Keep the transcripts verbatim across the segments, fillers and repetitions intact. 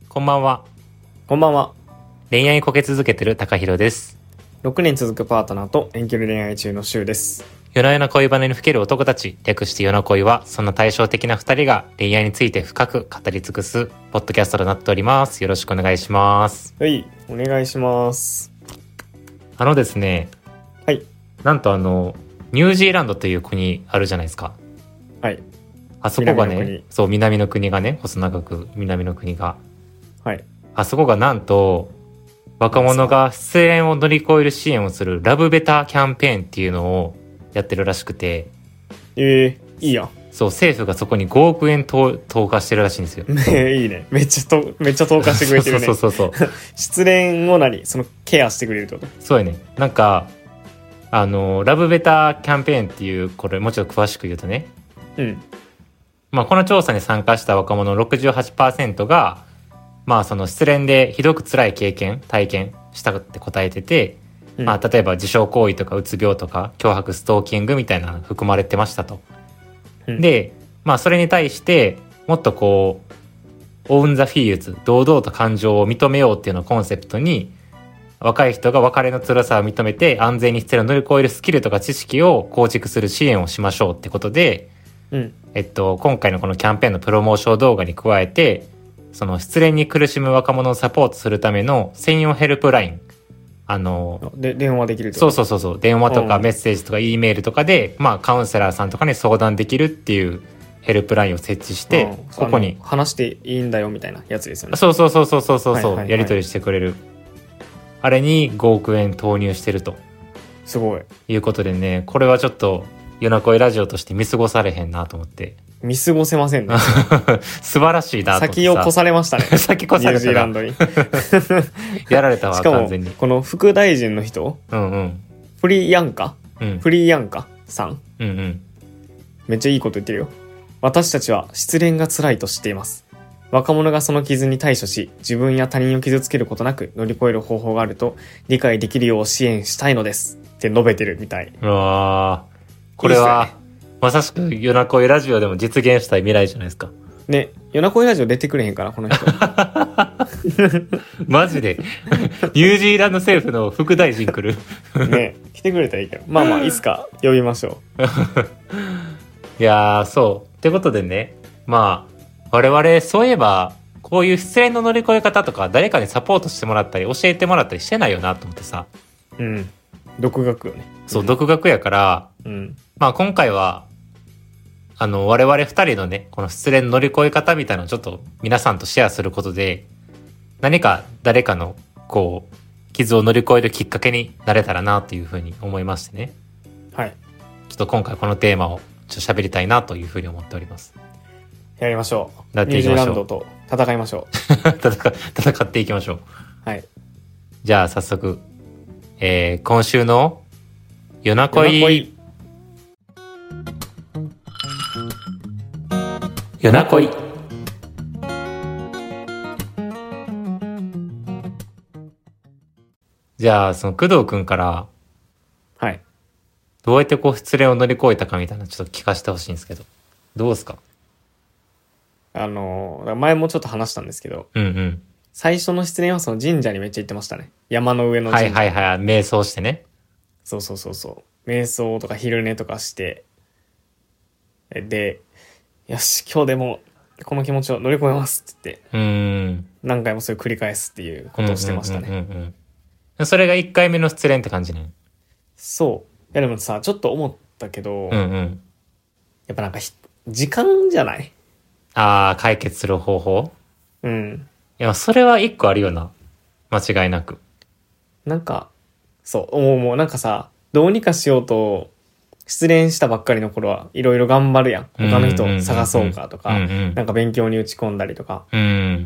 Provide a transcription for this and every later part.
こんばんは。 こんばんは。 恋愛にこけ続けてる高弘です。 ろくねん続くパートナーと遠距離恋愛中のシュウです。 夜な夜な恋バナにふける男たち、略して夜な恋は、そんな対照的な二人が恋愛について深く語り尽くすポッドキャストとなっております。よろしくお願いします。 はい、お願いします。 あのですね、 はい。 なんとあのニュージーランドという国あるじゃないですか。 はい。 あそこがね南の国、 そう南の国がね、細長く南の国が、 はい。 あそこがなんと若者が失恋を乗り越える支援をするラブベターキャンペーンっていうのをやってるらしくて、 えー、いいやん。 そう政府がそこにごおくえん投投下してるらしいんですよ。 ねいいね。めっちゃとめっちゃ投下してくれてるね。 そうそうそうそう。 失恋を何そのケアしてくれるってこと？ そうやね。なんかあのラブベターキャンペーンっていう、これもうちょっと詳しく言うとね、 うん。 まあこの調査に参加した若者の ろくじゅうはちパーセント がまあその失恋でひどく辛い経験体験したって答えてて、 うん、 まあ例えば自傷行為とかうつ病とか脅迫ストーキングみたいなの含まれてましたと。 うん、 でまあそれに対してもっとこうオウンザフィールズ、堂々と感情を認めようっていうのをコンセプトに、若い人が別れの辛さを認めて安全に失恋を乗り越えるスキルとか知識を構築する支援をしましょうってことで、 うん、 えっと今回のこのキャンペーンのプロモーション動画に加えて、その失恋に苦しむ若者をサポートするための専用ヘルプライン、あので電話できるってそうこと？ そうそうそう、電話とかメッセージとか E メールとかで、まあカウンセラーさんとかに相談できるっていうヘルプラインを設置して、 うん、 ここに話していいんだよみたいなやつですよね。 そうそうそうそうそうそう、 はいはいはい、 やり取りしてくれる、あれにごおくえん投入してるとすごいいうことでね、これはちょっと夜な恋ラジオとして見過ごされへんなと思って。 見過ごせませんね。 素晴らしいなと思ってさ。 先を越されましたね。 先越されたな。 ニュージーランドに。 やられたわ、 しかも完全に。 この副大臣の人、 うんうん。 フリーヤンカ、 うん、 フリーヤンカさん、 うんうん。 めっちゃいいこと言ってるよ。私たちは失恋が辛いと知っています。若者がその傷に対処し、自分や他人を傷つけることなく乗り越える方法があると理解できるよう支援したいのですって述べてるみたい。 うわー、これは、ね、まさしく夜な恋ラジオでも実現したい未来じゃないですか。 ね、夜な恋ラジオ出てくれへんかな、この人。 マジでニュージーランド政府の副大臣来るね、来てくれたらいいけど。まあまあ、いつか呼びましょう。 いやー、そう。ってことでね、まあ、我々そういえば、こういう失恋の乗り越え方とか、誰かにサポートしてもらったり、教えてもらったりしてないよなと思ってさ。 うん。独学よね。 そう、独学やから、 うん。 まあ今回は、あの、我々二人のね、この失恋の乗り越え方みたいなのをちょっと皆さんとシェアすることで、何か誰かの、こう、傷を乗り越えるきっかけになれたらなというふうに思いましてね。 はい。 ちょっと今回このテーマをちょっと喋りたいなというふうに思っております。 やりましょう。 やっていきましょう。 ニュージーランドと戦いましょう。 戦、戦っていきましょう。 はい。 じゃあ早速、えー、今週の夜な恋。夜な恋。じゃあその工藤くんからはいどうやってこう失恋を乗り越えたかみたいなちょっと聞かせてほしいんですけど、どうですか？ あの前もちょっと話したんですけど、 うんうん、 最初の失恋はその神社にめっちゃ行ってましたね。山の上の神社。 はいはいはい、瞑想してね。 そうそうそうそう瞑想とか昼寝とかして、でよし今日でもこの気持ちを乗り越えますって言って、うん、何回もそれを繰り返すっていうことをしてましたね。 うんうんうんうんうん、それがいっかいめの失恋って感じね。 そう。いやでもさ、ちょっと思ったけど、 うんうん、 やっぱなんか時間じゃない？ ああ、解決する方法？ うん。 いや、それは一個あるよな。間違いなく。 なんか、そう、もうもうなんかさ、どうにかしようと、失恋したばっかりの頃はいろいろ頑張るやん。他の人を探そうかとか、 うんうん、 なんか勉強に打ち込んだりとか、 うん、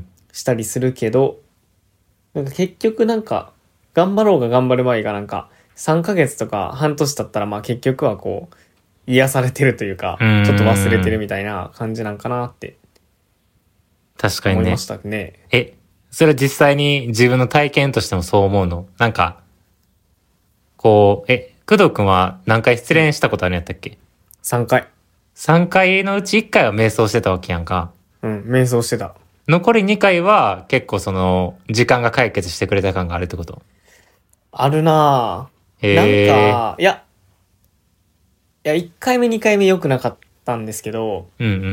したりするけど、なんか結局なんか、頑張ろうが頑張る前がなんか、さんかげつとか半年経ったらまあ結局はこう、癒されてるというか、ちょっと忘れてるみたいな感じなんかなって。 確かにね。 思いましたね。 え、それは実際に自分の体験としてもそう思うの？なんか、こう、え、工藤くんは何回失恋したことあるんやったっけ？ さんかい。 さんかいのうちいっかいは瞑想してたわけやんか。 うん、瞑想してた。 残りにかいは結構その、時間が解決してくれた感があるってこと？ あるなぁ。 へー。 なんか、いや、いや、いっかいめにかいめ良くなかったんですけど、 うんうんうん。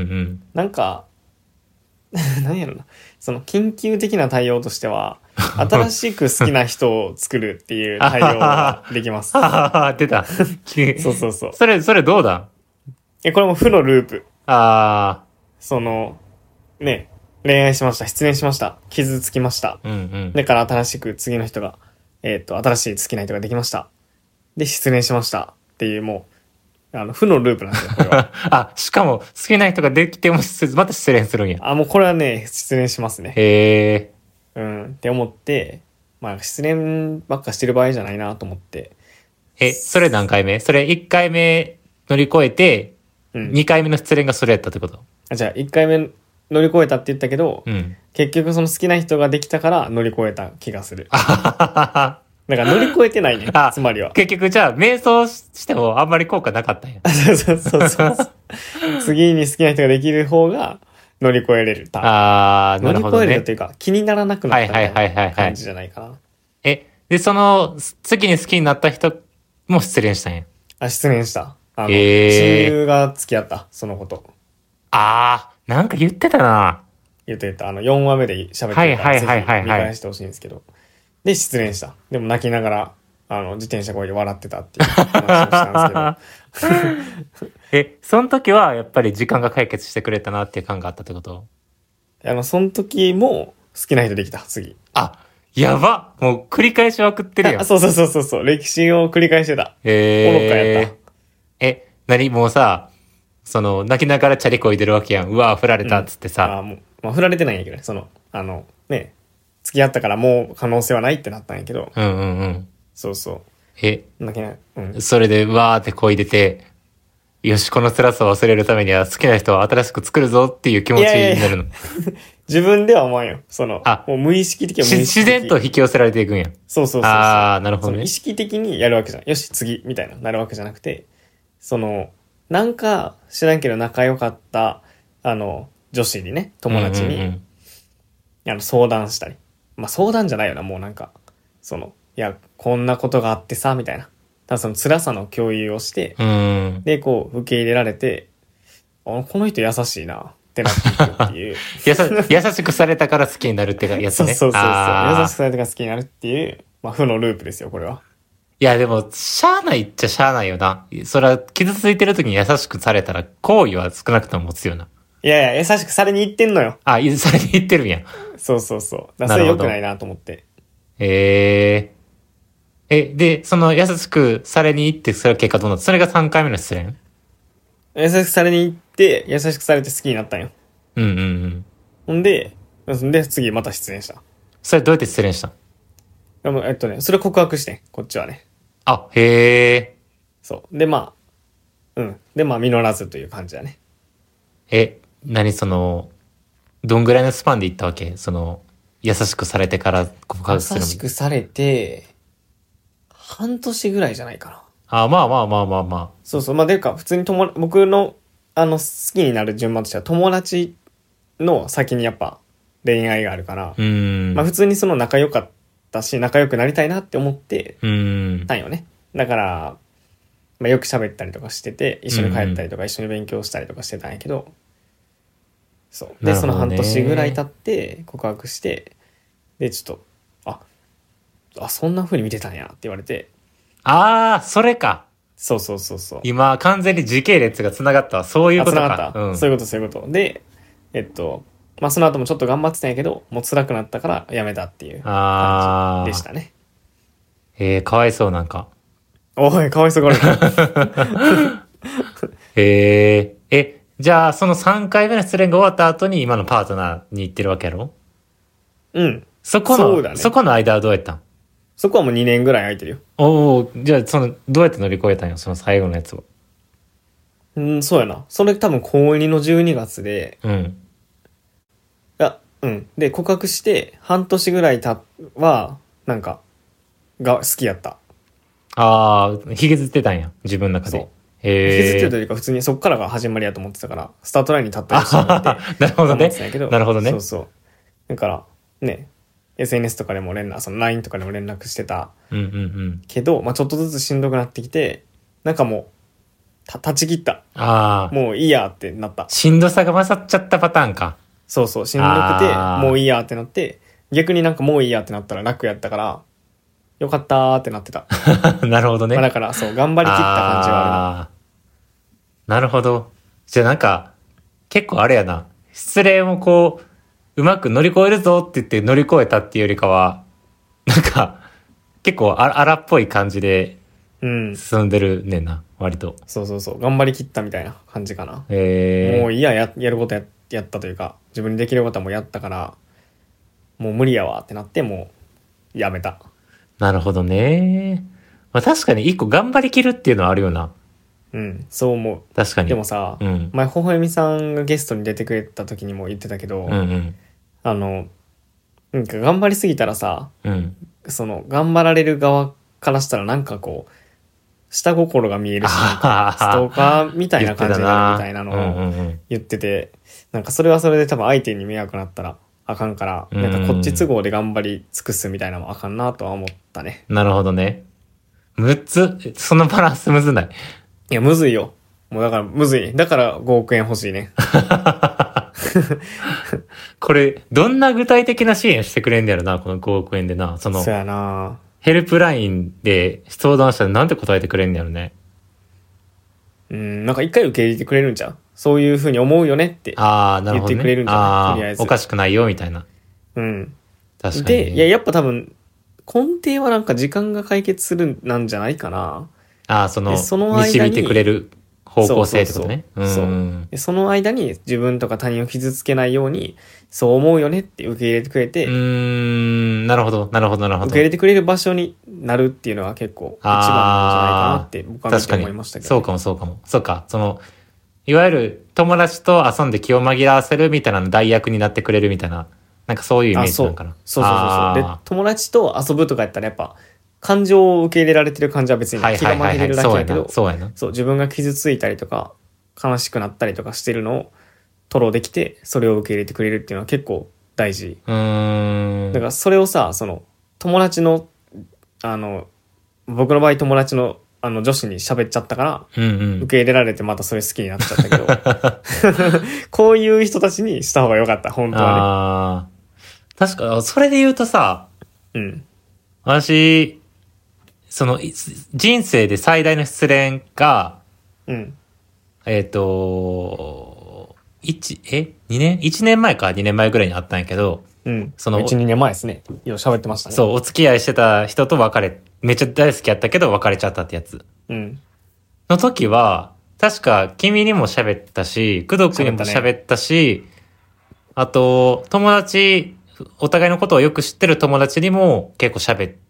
なんか、なんやろな。その緊急的な対応としては、新しく好きな人を作るっていう対応ができます。 ははは、出た。 そうそうそう。 それ、それどうだ？ え、これも負のループ。 あその、ね、恋愛しました。失恋しました。傷つきました。 ー。うんうん。 だから新しく次の人が、えっと、新しい好きな人ができました。で、失恋しました。っていう、もう、あの、負のループなんですよ、これは。 あ、しかも好きな人ができても、また失恋するんや。 あ、もうこれはね、失恋しますね。 へえ。 うん。って思って、まあ、失恋ばっかしてる場合じゃないなと思って。 え、それ何回目？それいっかいめ乗り越えて、 うん。 にかいめの失恋がそれやったってこと？ あ、じゃあ、いっかいめ乗り越えたって言ったけど、 うん。 結局その好きな人ができたから乗り越えた気がする。 あはははだから乗り越えてないね。 あ、 つまりは。 結局じゃあ、瞑想してもあんまり効果なかったんや。 そうそうそうそう。次に好きな人ができる方が乗り越えれる。多分あー、な乗りるほどね。 越えれるというか、気にならなくなったみたいはいはいはいはいはない感じじゃないかな。 え、で、その、次に好きになった人も失恋したんや。 あ、失恋した。あの、 へー親友が付き合った、そのこと。 あー、なんか言ってたな。 言ってた。あの、よんわめで喋ってたから、 はいはいはいはいはいぜひ見返してほしいんですけど。で、失恋した。でも泣きながら、あの、自転車こいで笑ってたっていう話をしたんですけど。 え、その時はやっぱり時間が解決してくれたなっていう感があったってこと？ あの、その時も好きな人できた、次。 あ、やばもう繰り返しまくってるやん。 あ、そうそうそうそうそう、歴史を繰り返してた。 えー、 愚かやった。 え、何もうさ、その、泣きながらチャリこいでるわけやん。うわ、振られたっつってさ。 あもう、まあ、振られてないんやけどね。その、あの、ね、付き合ったからもう可能性はないってなったんやけど、 うんうんうん。 そうそえ、 う。だけな、うん。 それでわーってこいでて、よし、この辛さを忘れるためには好きな人を新しく作るぞっていう気持ちになるの。 いやいやいや自分では思わんよ。その、 あもう無意識的は無し意識的。 自然と引き寄せられていくんや。 そうそうそうそう。 あー、なるほどねその意。識的にやるわけじゃん。よし、次、みたいな、なるわけじゃなくて、その、なんか知らんけど仲良かった、あの、女子にね、友達に、 うんうんうんあの、相談したり。まあ、相談じゃないよな、もうなんか、その、いや、こんなことがあってさ、みたいな。ただその辛さの共有をして、 うーん。 で、こう、受け入れられて、あ、この人優しいな、ってなっていくっていう。 やさ、優しくされたから好きになるってやつね。 そうそうそうそう。 あー優しくされてから好きになるっていう、まあ、負のループですよ、これは。 いや、でも、しゃあないっちゃしゃあないよな。それは、傷ついてる時に優しくされたら、好意は少なくとも持つよな。 いやいや、優しくされに行ってんのよ。 あ、いそれに言ってるんや。 そうそうそう。だからそれ良くないなと思って。 へえ。え、で、その優しくされに行って、それは結果どうなった？それがさんかいめの失恋？ 優しくされに行って、優しくされて好きになったんよ。 うんうんうん。 ほんで、で、次また失恋した。 それどうやって失恋したの？ でも、えっとね、それ告白してん、こっちはね。 あ、へえ。 そう。で、まあ、うん。で、まあ、実らずという感じだね。 え、何その、どんぐらいのスパンで行ったわけ？その、優しくされてから告白するの。 優しくされて、半年ぐらいじゃないかな。 あ、まあまあまあまあまそうそう。まあ、でか、普通に友、僕の、あの、好きになる順番としては、友達の先にやっぱ恋愛があるから、 あ。うーん。 まあ、普通にその仲良かったし、仲良くなりたいなって思ってうーん。 たんよね。だから、まあ、よく喋ったりとかしてて、一緒に帰ったりとか、一緒に勉強したりとかしてたんやけど、そう。で、そなるほどねの半年ぐらい経って告白して、で、ちょっと、あ、あ、そんな風に見てたんやって言われて、 ああ、それか。 そうそうそうそう。 今、完全に時系列が繋がったわ。そういうあ、 こと繋がった、 か。うん。 そういうこと、そういうこと。で、えっと、まあ、その後もちょっと頑張ってたんやけど、もう辛くなったからやめたっていうああ。 感じでしたね。 えー、かわいそうなんか。 おい、かわいそうがある。 へえ。え、じゃあ、そのさんかいめの失恋が終わった後に今のパートナーに行ってるわけやろ？ うん。 そこの、 そうだねそこの間はどうやったん？ そこはもうにねんぐらい空いてるよ。 おお、じゃあ、その、どうやって乗り越えたんよ、その最後のやつは。 うん、そうやな。それ多分高にのじゅうにがつで、 うん。 いや、うん。で、告白して半年ぐらいたは、なんか、が好きやった。 ああ、引きずってたんや、自分の中で。 そう。 へえ。 引きずってるというか、普通にそっからが始まりやと思ってたから、スタートラインに立ったりして思ってなるほどね思ってたんやけど。 なるほどねそうそう。 だからね エスエヌエス とかでも連絡、その ライン とかでも連絡してたうんうんうん。 けど、まあちょっとずつしんどくなってきて、なんかもうた断ち切った。 ああ。 もういいやってなった。 しんどさが勝っちゃったパターンか。 そうそう、しんどくてあーもういいやってなって、逆になんかもういいやってなったら楽やったから、よかったーってなってた。 なるほどね。 まあだからそう、頑張りきった感じはあるな。 あーなるほど。じゃあなんか、結構あれやな。失恋をこう、うまく乗り越えるぞって言って乗り越えたっていうよりかは、なんか、結構あ荒っぽい感じでうん。 進んでるねんな、割と。 そうそうそう、頑張りきったみたいな感じかな。 えー、 もういいや、や、やることや、やったというか、自分にできることはもうやったから、もう無理やわってなって、もう、やめた。 なるほどね。まあ確かに一個頑張りきるっていうのはあるよな。 うん、そう思う。 確かに。 でもさ、 うん。 前、ほほえみさんがゲストに出てくれた時にも言ってたけど、 うんうん。 あの、なんか頑張りすぎたらさ、 うん。 その、頑張られる側からしたらなんかこう、下心が見えるし、なんかストーカーみたいな感じになるみたいなのをうんうんうん。 言ってて、なんかそれはそれで多分相手に迷惑なったらあかんから、 うんなんかこっち都合で頑張り尽くすみたいなのもあかんなとは思ったね。 なるほどね。むつ、そのバランスむずない。 いや、むずいよ。もうだからむずい。だからごおくえん欲しいね。 これ、どんな具体的な支援してくれんねやろな、このごおくえんでな。そのそ、やなヘルプラインで相談したらなんて答えてくれんねやろね。 うん、なんか一回受け入れてくれるんちゃう？そういうふうに思うよねって。 ああ、なるほどね。 言ってくれるんじゃないああ、 とりあえずおかしくないよ、みたいな。 うん。 確かに、ね。 で、いや、やっぱ多分、根底はなんか時間が解決するなんじゃないかな。 ああ、その、 でその間に導いてくれる方向性ってことね。 そうそうそううんでその間に自分とか他人を傷つけないように、そう思うよねって受け入れてくれて、 うーん、なるほど、なるほど、なるほど。 受け入れてくれる場所になるっていうのは結構一番なんじゃないかなって僕は見て思いましたけど、ね。 そうかもそうかも。そうか。その、いわゆる友達と遊んで気を紛らわせるみたいなの代役になってくれるみたいな、なんかそういうイメージなのかな。 そうそうそうそう。で、友達と遊ぶとかやったらやっぱ、感情を受け入れられてる感じは別に気が紛れるだけだけど、 そうやな。 そう、自分が傷ついたりとか、悲しくなったりとかしてるのを吐露できて、それを受け入れてくれるっていうのは結構大事。 うーん。 だからそれをさ、その、友達の、あの、僕の場合友達の、あの、女子に喋っちゃったから、 うんうん。 受け入れられてまたそれ好きになっちゃったけど、こういう人たちにした方が良かった、本当はああ。確か、それで言うとさ、 ね。うん。 私、その、い人生で最大の失恋が、 うん。 えっ、と、一、え ?に 年 ?いち 年前かにねんまえぐらいにあったんやけど、 うん。 そのいち、にねんまえですね。よう喋ってましたね。 そう、お付き合いしてた人と別れ、めっちゃ大好きやったけど別れちゃったってやつ。 うん。 の時は、確か君にも喋ったし、工藤君にも喋ったし、あと、友達、お互いのことをよく知ってる友達にも結構喋って、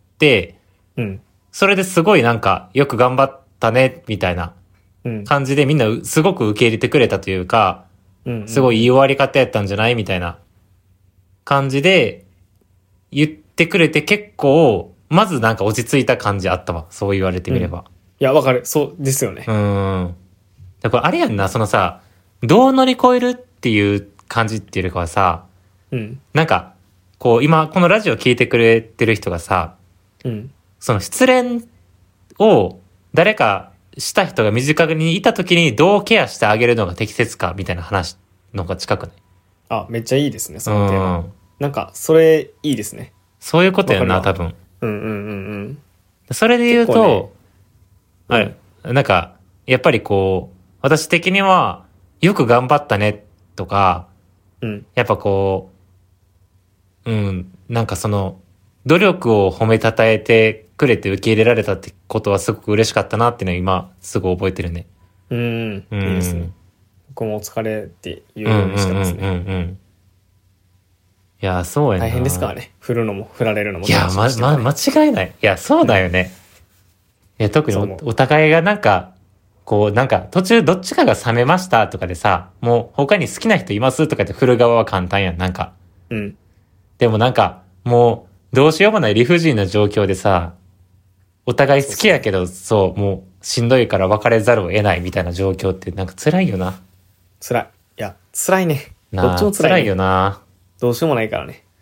うん。 それですごいなんか、よく頑張ったね、みたいなうん。 感じでみんなすごく受け入れてくれたというか、 うん。 すごいいい終わり方やったんじゃないみたいな感じで言ってくれて結構、まずなんか落ち着いた感じあったわ。そう言われてみれば。 いや、わかる。そうですよね。 うーん。だからあれやんな、そのさ、どう乗り越えるっていう感じっていうよりかはさ、 うん。 なんか、こう今このラジオ聞いてくれてる人がさ、 うん。 その失恋を誰かした人が身近にいた時にどうケアしてあげるのが適切かみたいな話のが近くない？ あ、めっちゃいいですね、そのテーマ。 うん。 なんか、それ、いいですね。 そういうことやんな、 わか多分。 うんうんうんうん。 それで言う結構と、 ねはい。なんか、やっぱりこう、私的には、よく頑張ったね、とか、 うん。 やっぱこう、うん、なんかその、努力を褒めたたえてくれて受け入れられたってことはすごく嬉しかったなっていうのを今、すぐ覚えてるね。 うん。 うん。 いいですね。僕もお疲れって言うんうようにしてますね。 うんうんうんうん。いや、そうやな。 大変ですからね。振るのも振られるのも。 いや、ま、ま、間違いない。いや、そうだよね。いや、特にそう思うお、お互いがなんか、こう、なんか、途中どっちかが冷めましたとかでさ、もう他に好きな人いますとかって振る側は簡単やん、なんか。 うん。 でもなんか、もう、どうしようもない理不尽な状況でさ、お互い好きやけど、そう、もう、しんどいから別れざるを得ないみたいな状況ってなんか辛いよな。 辛い。いや、辛いね。 なあどっちも辛い、ね。 辛いよな。 どうしようもないからね。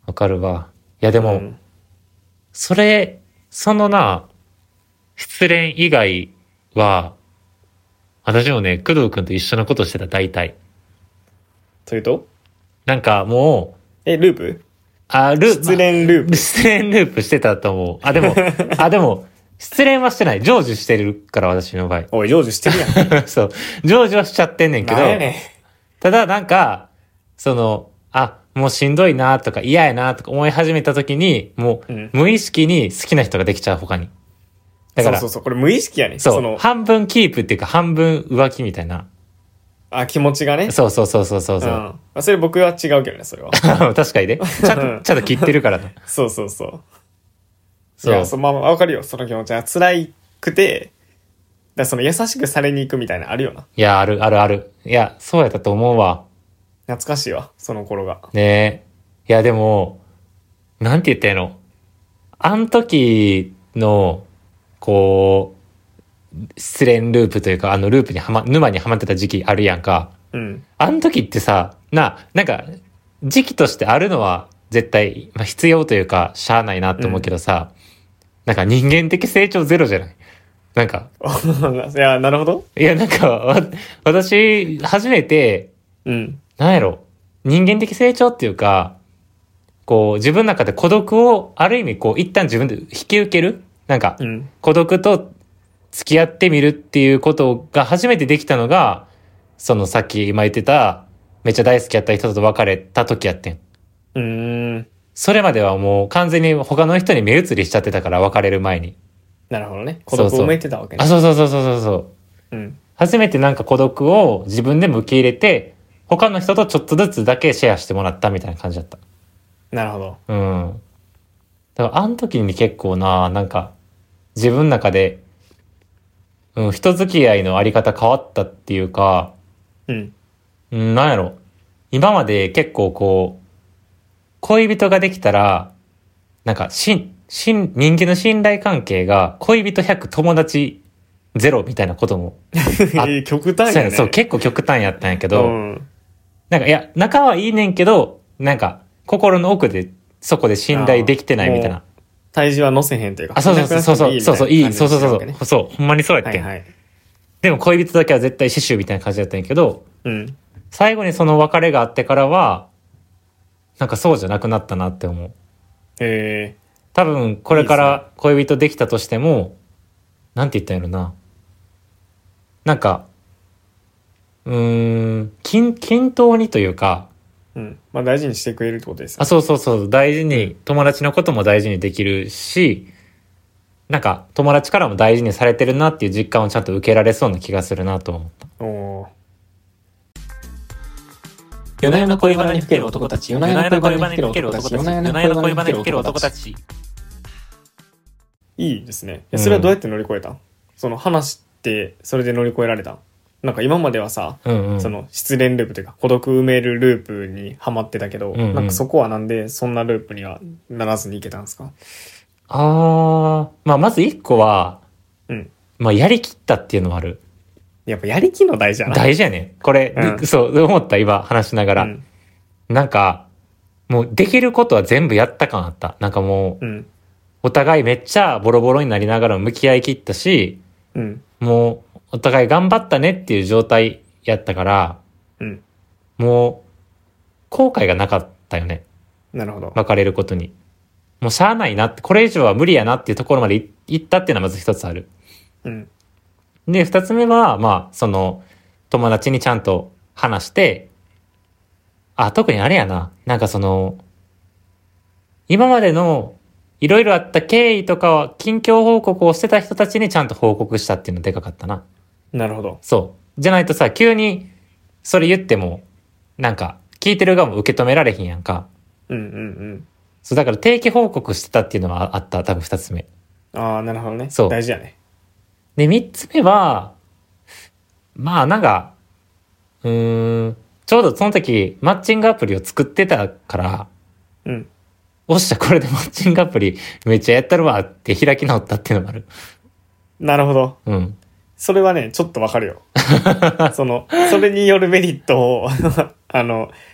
わかるわ。いやでも、 うん、 それ、そのな、失恋以外は、私もね、工藤くんと一緒のことしてた、大体。 というとなんかもう、 え、ループあ、ル失恋ループ。 失恋ループしてたと思う。あ、でも、あ、でも、失恋はしてない。成就してるから、私の場合。 おい、成就してるやん。 そう。成就はしちゃってんねんけど、 なんやねん。 ただなんか、その、あ、もうしんどいなとか嫌やなとか思い始めた時に、もううん無意識に好きな人ができちゃう他に。だから、 そうそうそう、これ無意識やね。 そうその、 半分キープっていうか半分浮気みたいな。 あ、気持ちがね。 そうそうそうそうそうそう。 ん。まあそれ僕は違うけどね、それは。 確かにね。ちゃんと、ちゃんと切ってるからな。 そうそうそう。 そういや、そう、まあまあわかるよ、その気持ちは。辛くて、だからその優しくされに行くみたいなのあるよな。 いや、あるあるある。いや、そうやったと思うわ。 懐かしいわ、その頃が。 ねえ。いや、でも、なんて言ったんやろ。あん時の、こう、失恋ループというか、あのループにはま、沼にはまってた時期あるやんか。 うん。 あの時ってさ、な、なんか、時期としてあるのは絶対、まあ、必要というか、しゃあないなって思うけどさ、なんか人間的成長ゼロじゃないなんか、 いや、なるほど。 いや、なんか、わ私、初めて、 うん。 なんやろ、人間的成長っていうか、こう、自分の中で孤独を、ある意味、こう、一旦自分で引き受けるなんか、 うん。 孤独と付き合ってみるっていうことが初めてできたのが、そのさっき今言ってた、めっちゃ大好きやった人と別れた時やってん。 うーん。 それまではもう完全に他の人に目移りしちゃってたから別れる前に。 なるほどね。孤独を埋めてたわけね。 あ、そうそうそうそうそうそう。 うん。 初めてなんか孤独を自分でも受け入れて、他の人とちょっとずつだけシェアしてもらったみたいな感じだった。 なるほど。 うん。だからあの時に結構な、なんか、自分の中で、うん、人付き合いのあり方変わったっていうか、 うん。 うん、なんやろ。今まで結構こう、恋人ができたら、なんか、しん、しん、人間の信頼関係が恋人ひゃく友達ゼロみたいなことも。あ極端やね。 そうやそう、結構極端やったんやけど、 うん。 なんか、いや、仲はいいねんけど、なんか、心の奥で、そこで信頼できてないみたいな。 体重は乗せへんというか。 あ、そうそうそうそうそう、そうそう、いい、そうそうそうそう、そう、ほんまにそうやって、 はいはい。 でも恋人だけは絶対死守みたいな感じだったんやけど、 うん。 最後にその別れがあってからは、なんかそうじゃなくなったなって思う。 へえ。 多分、これから恋人できたとしても、なんて言ったんやろな。なんか、うーん、均、均等にというか、 うん。まあ大事にしてくれるってことですよあ、そうそうそう、大事に、友達のことも大事にできるし、なんか、友達からも大事にされてるなっていう実感をちゃんと受けられそうな気がするなと思った。 おー。 夜な夜な恋バナにふける男たち。夜な夜な恋バナにふける男たち。夜な夜な恋バナにふける男たち。 いいですね。いやそれはどうやって乗り越えた、うん、その話して、それで乗り越えられた。なんか今まではさ、 うんうん、 その失恋ループというか孤独埋めるループにハマってたけど、 うんうん、 なんかそこはなんでそんなループにはならずにいけたんですか？ あー、まあまず一個は、 うん。 まあやりきったっていうのもある。 やっぱやりきるの大事やな。 大事やね。これ、うん、そう、思った今話しながら。うん、なんか、もうできることは全部やった感あった。なんかもう、うん、お互いめっちゃボロボロになりながら向き合い切ったし、うん、もうお互い頑張ったねっていう状態やったから、うん、もう後悔がなかったよね。 なるほど。 別れることに。もうしゃあないなって、これ以上は無理やなっていうところまで行ったっていうのはまず一つある。うん、で、二つ目は、まあ、その、友達にちゃんと話して、あ、特にあれやな。なんかその、今までのいろいろあった経緯とかは、近況報告をしてた人たちにちゃんと報告したっていうのでかかったな。 なるほど。 そう。じゃないとさ、急にそれ言っても、なんか、聞いてる側も受け止められへんやんか。 うんうんうん。 そう、だから定期報告してたっていうのはあった、多分二つ目。 ああ、なるほどね。 そう。 大事やね。 で、三つ目は、まあなんか、うーん、ちょうどその時、マッチングアプリを作ってたから、うん。おっしゃ、これでマッチングアプリめっちゃやったるわって開き直ったっていうのがある。 なるほど。 うん。 それはね、ちょっとわかるよ。その、それによるメリットを、あの、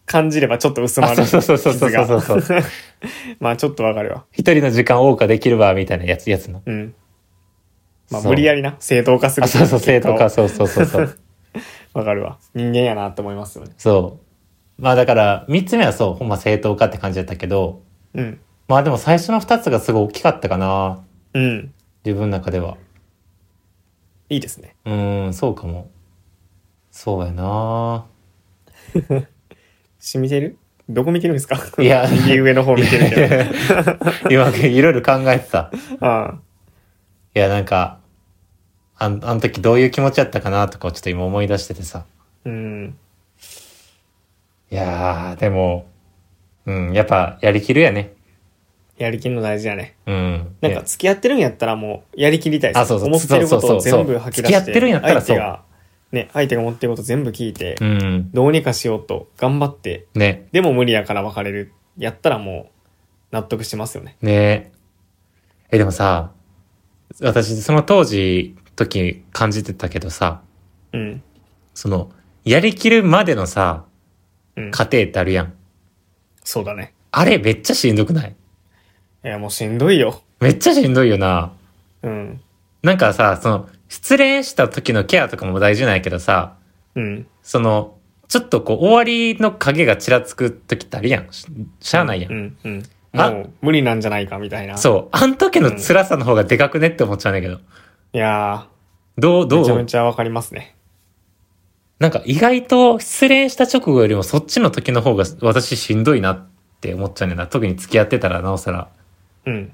感じればちょっと薄まあ、 る。 そうそうそうそうそうそうそう。 傷がまあちょっとわかるわ。 一人の時間謳歌できるわ、みたいなやつ、やつの。 うん。まあそう無理やりな、正当化する。 あ、そうそう、正当化、そうそうそうそう。 わかるわ。人間やなって思いますよね。 そう。まあだから、三つ目はそう、ほんま正当化って感じだったけど、 うん。 まあでも最初の二つがすごい大きかったかな。 うん。 自分の中では。 いいですね。 うーん、そうかも。そうやな。 染みてるどこ見てるんですか？ いや右上の方見てるけど。 今、いろいろ考えてた。 ああ。 いや、なんか、あん、あの時どういう気持ちだったかなとかをちょっと今思い出しててさ。 うん。 いやー、でも、うん、やっぱやりきるやね。 やりきるの大事やね。 うん。 なんか付き合ってるんやったらもうやりきりたいです。 あそうそう思ってることを全部そうそうそう吐き出して。 付き合ってるんやったらそう相手が、ね、相手が思ってること全部聞いて、 うん。 どうにかしようと頑張って、 ね。 でも無理やから別れる。やったらもう納得してますよね。 ねえ。でもさ、私その当時、時感じてたけどさ、 うん。 その、やりきるまでのさ、 うん。 過程ってあるやん。 そうだね。 あれめっちゃしんどくない？ いやもうしんどいよ。 めっちゃしんどいよな。 うん。 なんかさ、その、失恋した時のケアとかも大事なんやけどさ、 うん。 その、ちょっとこう、終わりの影がちらつく時ってあるやん。ししゃあないやん。 うん。うん。 あもう無理なんじゃないかみたいな。 そう。あん時の辛さの方がでかくねって思っちゃうんだけど。 いやどう、 ー、 どめちゃめうちゃわかりますね。 なんか意外と失恋した直後よりもそっちの時の方が私しんどいなって思っちゃうねんだ。特に付き合ってたらなおさら。 うん。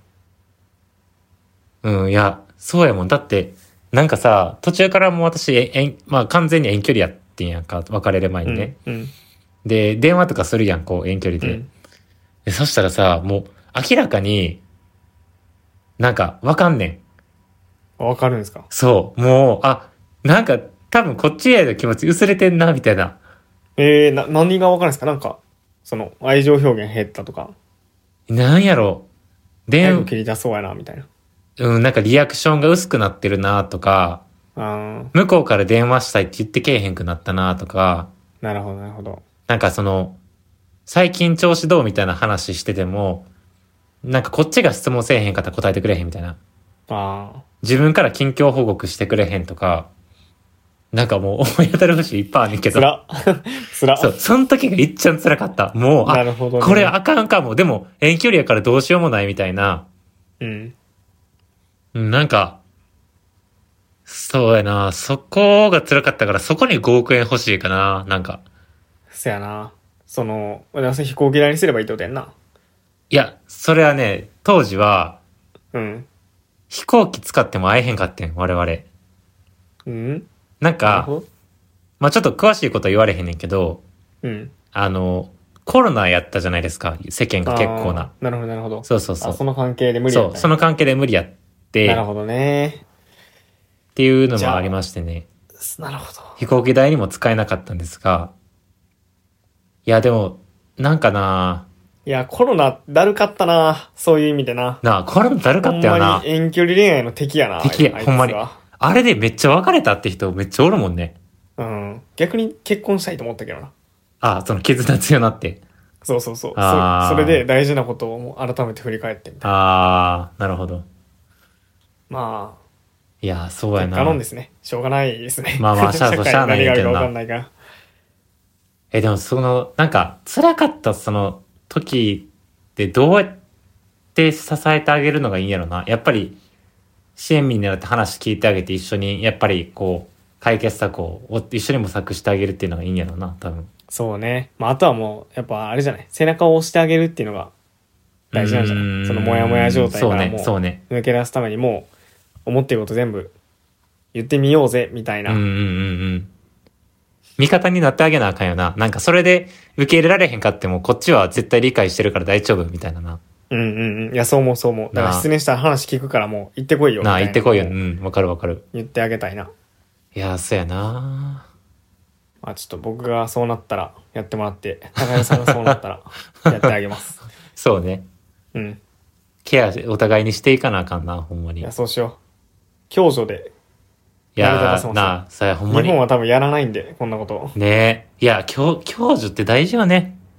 うん、いや、そうやもん。だって、なんかさ、途中からもう私、え、えん、まあ完全に遠距離やってんやんか。別れる前にね。 うん。うん。 で、電話とかするやん、こう、遠距離で。 うんでそしたらさ、もう明らかに、なんかわかんねん。 わかるんですか？ そう。もう、あ、なんか多分こっちへの気持ち薄れてんな、みたいな。 えー、な、何がわかるんですか？なんか、その、愛情表現減ったとか、 なんやろ。電、 早く切り出そうやな、みたいな。 うん、なんかリアクションが薄くなってるな、とか、 あ向こうから電話したいって言ってけえへんくなったな、とか、 ー、なるほど、なるほど。 なんかその、最近調子どうみたいな話してても、なんかこっちが質問せえへんかったら答えてくれへんみたいな。 あ自分から近況報告してくれへんとか、なんかもう思い当たる節いっぱいあるんけー、 ど。 つら。つら。 そう、その時がいっちゃん辛かった。もう、あ、 なるほどねこれあかんかも。でも、遠距離やからどうしようもないみたいな。 うん。 うんなんか、そうやな。そこが辛かったから、そこにごおくえん欲しいかな。なんか。 そやな。その、私飛行機代にすればいいってことやんな。 いや、それはね、当時は、 うん。 飛行機使っても会えへんかってん、我々。 うんなんなるか、 ほど。 まあちょっと詳しいことは言われへんねんけど、 うん。 あの、コロナやったじゃないですか。世間が結構な。 あー。なるほど、なるほど。 そうそうそう。 あ、その関係で無理やそう、 ったんやその関係で無理やって、っなるほどね。 ていうのもありましてね。 なるほど。 飛行機代にも使えなかったんですが、いやでも、なんかないや、コロナ、だるかったな。そういう意味でな。 なあ、コロナだるかったよなほんまに。遠距離恋愛の敵やな。 敵やあいつほんまにはあれでめっちゃ別れたって人めっちゃおるもんね。 うん。逆に結婚したいと思ったけどな。 あ、その絆強なって。 そうそうそう。 あーそそれで大事なことをもう改めて振り返ってみたいな。 あー、なるほど。 まいや、そうあ、 やな。 結果論ですね。しょうがないですね。 まあまあしゃあ社会しゃあないんやけどな何があるか分かんないから。 え、でもその、なんか、辛かったその時ってどうやって支えてあげるのがいいんやろな。やっぱり、支援民になって話聞いてあげて一緒に、やっぱりこう、解決策をお一緒に模索してあげるっていうのがいいんやろな、多分。 そうね。まあ、あとはもう、やっぱあれじゃない。背中を押してあげるっていうのが大事なんじゃうーなんいそのモヤモヤ状態からもうそうね、 抜け出すためにもう、思っていること全部言ってみようぜ、みたいな。 そうね。うんうんうんうん。味方になってあげなあかんよな。なんかそれで受け入れられへんかっても、こっちは絶対理解してるから大丈夫みたいなな。 うんうんうん。いや、そう思うそう思う。だからなあ失恋したら話聞くからもう行ってこいよ。 なあ、 みた言ってこいよ。うのをん、わかるわかる。 言ってあげたいな。 いや、そうやな。 まあちょっと僕がそうなったらやってもらって、高橋さんがそうなったらやってあげます。 そうね。 うん。 ケアお互いにしていかなあかんな、ほんまに。いいや、そうしよう。共助で。成り立やたせますよなあ、さやほんまに。 日本は多分やらないんで、こんなこと。 ねえ。いや、共、共助って大事よね。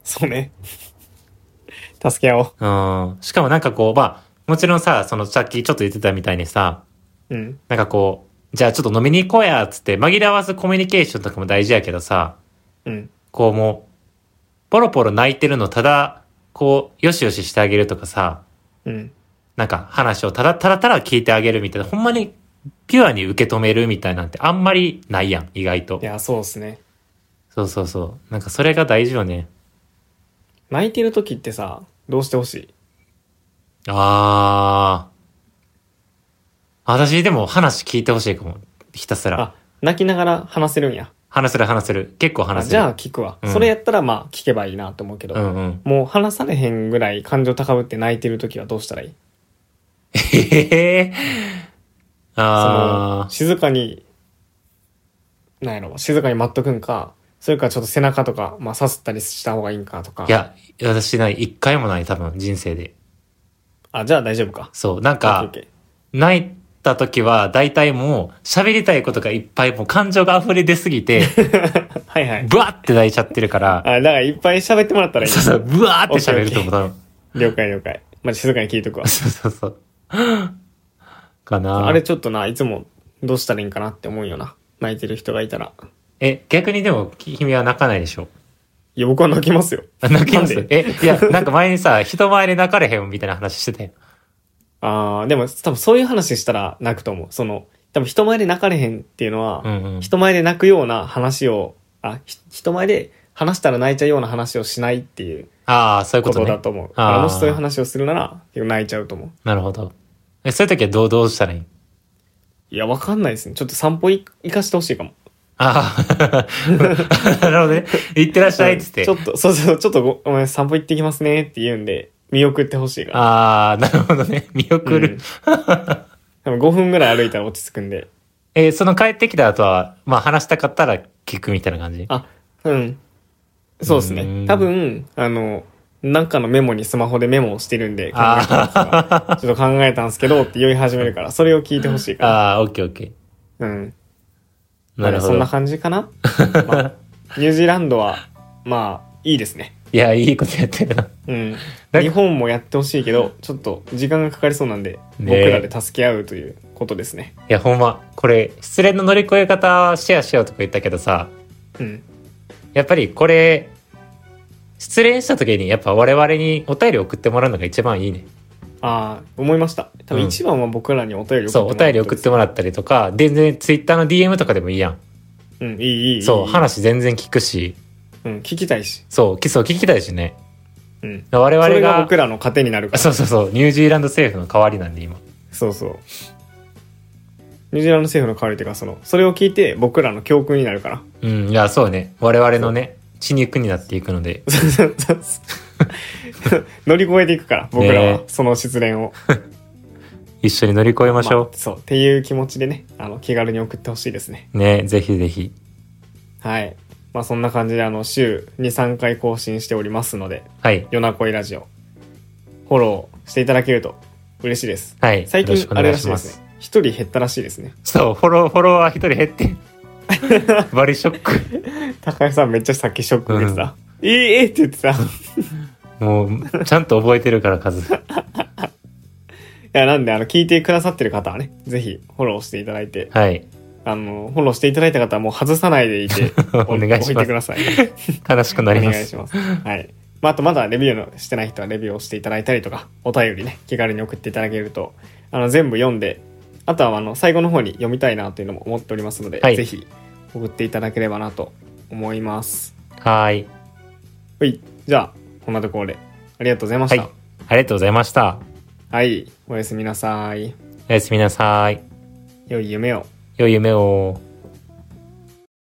そうね。助け合おう。 うん。しかもなんかこう、まあ、もちろんさ、そのさっきちょっと言ってたみたいにさ、 うん。 なんかこう、じゃあちょっと飲みに行こうや、つって紛らわすコミュニケーションとかも大事やけどさ、 うん。 こうもう、ポロポロ泣いてるのただ、こう、よしよししてあげるとかさ、 うん。 なんか話をただただただ聞いてあげるみたいな、ほんまにピュアに受け止めるみたいなんてあんまりないやん、意外とい。や、そうっすね。 そうそうそう。なんかそれが大事よね。 泣いてる時ってさ、どうしてほしい？ あー。私でも話聞いてほしいかも。ひたすら。 あ、泣きながら話せるんや。 話せる話せる。結構あ話せる。 じゃあ聞くわ、 うんそれやったらまあ聞けばいいなと思うけど、 うんうん。 もう話されへんぐらい感情高ぶって泣いてる時はどうしたらいい？ へへそのあー。 静かになんやろ静かに待っとくんか、それからちょっと背中とか、まあ、さすったりした方がいいんかとか。 いや、私ない。一回もない、多分、人生で。 あ、じゃあ大丈夫か。 そう。なんオッかケーオッケ泣いた時は、大体もう、喋りたいことがいっぱい、もう感情が溢れ出すぎて、 ーはいはい。 ブワーって泣いちゃってるから、 あ、だからいっぱい喋ってもらったらいい。 そうそう、ブワーって喋ると思う、多分。 了解了解。まあ、静かに聞いとくわ。 そうそうそう。かなあれちょっとな、いつもどうしたらいいんかなって思うよな。泣いてる人がいたら。 え、逆にでも、君は泣かないでしょ？ いや、僕は泣きますよ。 あ泣きますなんでえ、いや、なんか前にさ、人前で泣かれへんみたいな話してたよ。 あー、でも多分そういう話したら泣くと思う。その、多分人前で泣かれへんっていうのは、 うんうん。 人前で泣くような話を、あ、ひ人前で話したら泣いちゃうような話をしないっていうああ、そういうこね。 こととだと思う。だあーからもしそういう話をするなら、結構泣いちゃうと思う。 なるほど。え、そういう時はどう、どうしたらいい？ いや、わかんないですね。ちょっと散歩い行かしてほしいかも。 ああ、なるほどね。行ってらっしゃいっつって。 ちょっと、そうそう、ちょっとごごめん、散歩行ってきますねって言うんで、見送ってほしいから。 ああ、なるほどね。見送る。 うん多分ごふんぐらい歩いたら落ち着くんで。 えーその帰ってきた後は、まあ話したかったら聞くみたいな感じ？ あ、うん。そうですね。 うん多分、あの、なんかのメモにスマホでメモをしてるんで、考えたんですが、ちょっと考えたんですけどって言い始めるから、それを聞いてほしいから。 ああ、オッケーオッケうん。 ー。なるほど。 そんな感じかな、まあ、ニュージーランドは、まあ、いいですね。 いや、いいことやってるな。 うん。 なんか日本もやってほしいけど、ちょっと時間がかかりそうなんで、僕ねらで助け合うということですね。 いや、ほんま、これ、失恋の乗り越え方シェアしようとか言ったけどさ、 うん。 やっぱりこれ、失恋した時にやっぱ我々にお便り送ってもらうのが一番いいね。 ああ、思いました。多分うん一番は僕らにお便り送ってそう、 もらうお便り送ってもらったりとか、全然ツイッターの ディーエム とかでもいいやん。 うん、いい、いい、いい。 そう、話全然聞くし、 うん、聞きたいし。 そう、きそう聞きたいしね。 うん。 我々 それがが、 僕らの糧になるから。 そうそうそう、ニュージーランド政府の代わりなんで今。 そうそう。ニュージーランド政府の代わりっていうか、その、それを聞いて僕らの教訓になるから。 うん、いや、そうね。我々のね、血肉になっていくので。 乗り越えていくから、僕らは、 ねその失恋を。 一緒に乗り越えましょあそう。っていう気持ちでね、あの、気軽に送ってほしいですね。 う。ね、ぜひぜひ。 はい。まあそんな感じで、あの、週に、さんかい更新しておりますので、 はい。 夜な恋ラジオ、フォローしていただけると嬉しいです。 はい。 最近よろしくおあれ願いしまらしいですねす。。 一人減ったらしいですね。 そう、フォロー、フォロワー一人減ってん。バリショック。 高橋さんめっちゃさっきショック受けてた。えー、えーって言ってた。いもう、ちゃんと覚えてるから、数。 や、なんで、あの、聞いてくださってる方はね、ぜひフォローしていただいて、 はい。 あの、フォローしていただいた方はもう外さないでいて、 お願いします置いてください。 悲しくなります。 お願いします。はい。まあ、あとまだレビューのしてない人はレビューをしていただいたりとか、お便りね、気軽に送っていただけると、あの、全部読んで、あとはあの、最後の方に読みたいなというのも思っておりますので、 はいぜひ送っていただければなと思います。 はーい。 はい。じゃあ、こんなところで、ありがとうございました。 はい。ありがとうございました。 はい。おやすみなさい。 おやすみなさい。 良い夢を。 良い夢を。